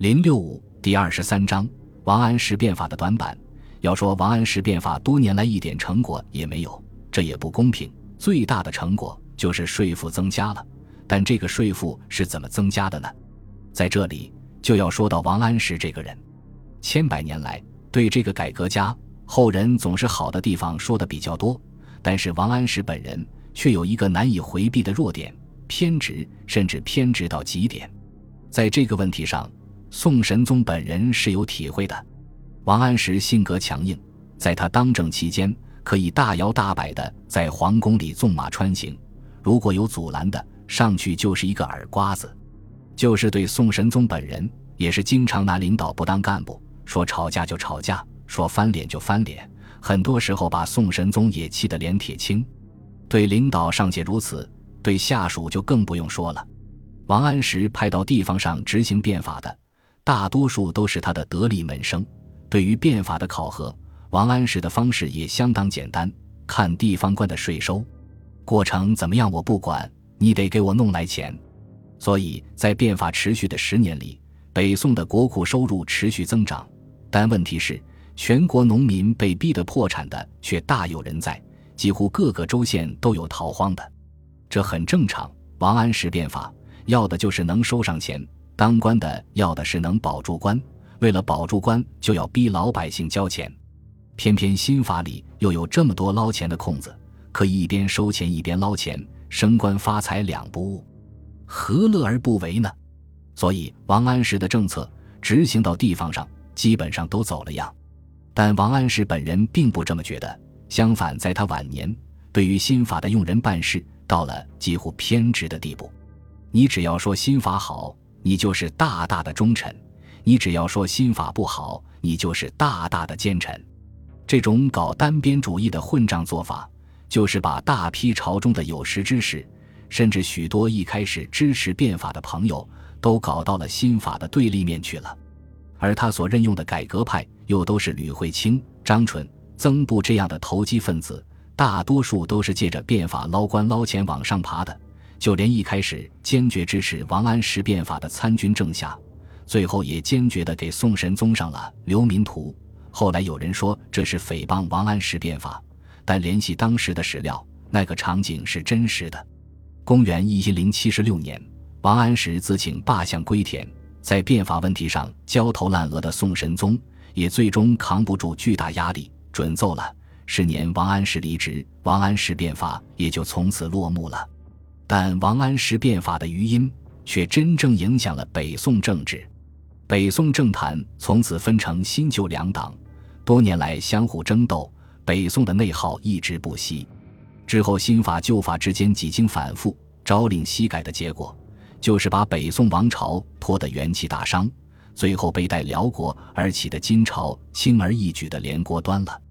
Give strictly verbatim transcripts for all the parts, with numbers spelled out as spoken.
零六五第二十三章王安石变法的短板。要说王安石变法多年来一点成果也没有，这也不公平。最大的成果就是税负增加了，但这个税负是怎么增加的呢？在这里就要说到王安石这个人。千百年来，对这个改革家，后人总是好的地方说的比较多，但是王安石本人却有一个难以回避的弱点，偏执，甚至偏执到极点。在这个问题上，宋神宗本人是有体会的。王安石性格强硬，在他当政期间，可以大摇大摆地在皇宫里纵马穿行，如果有阻拦的，上去就是一个耳刮子。就是对宋神宗本人，也是经常拿领导不当干部，说吵架就吵架，说翻脸就翻脸，很多时候把宋神宗也气得脸铁青。对领导尚且如此，对下属就更不用说了。王安石派到地方上执行变法的，大多数都是他的得力门生。对于变法的考核，王安石的方式也相当简单，看地方官的税收，过程怎么样我不管，你得给我弄来钱。所以在变法持续的十年里，北宋的国库收入持续增长，但问题是全国农民被逼得破产的却大有人在，几乎各个州县都有逃荒的。这很正常，王安石变法要的就是能收上钱，当官的要的是能保住官，为了保住官就要逼老百姓交钱。偏偏新法里又有这么多捞钱的空子，可以一边收钱一边捞钱，升官发财两不误，何乐而不为呢？所以王安石的政策执行到地方上基本上都走了样。但王安石本人并不这么觉得，相反在他晚年，对于新法的用人办事到了几乎偏执的地步。你只要说新法好，你就是大大的忠臣，你只要说新法不好，你就是大大的奸臣。这种搞单边主义的混账做法，就是把大批朝中的有识之士，甚至许多一开始支持变法的朋友，都搞到了新法的对立面去了。而他所任用的改革派又都是吕惠卿、张纯、曾布这样的投机分子，大多数都是借着变法捞官捞钱往上爬的。就连一开始坚决支持王安石变法的参军郑夏，最后也坚决地给宋神宗上了流民图。后来有人说这是诽谤王安石变法，但联系当时的史料，那个场景是真实的。公元一零七六年，王安石自请罢相归田，在变法问题上焦头烂额的宋神宗也最终扛不住巨大压力，准奏了。是年王安石离职，王安石变法也就从此落幕了。但王安石变法的余音却真正影响了北宋政治。北宋政坛从此分成新旧两党，多年来相互争斗，北宋的内耗一直不息。之后新法旧法之间几经反复朝令夕改的结果，就是把北宋王朝拖得元气大伤，最后被待辽国而起的金朝轻而易举地连锅端了。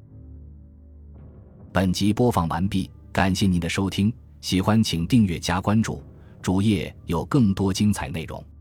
本集播放完毕，感谢您的收听，喜欢请订阅加关注，主页有更多精彩内容。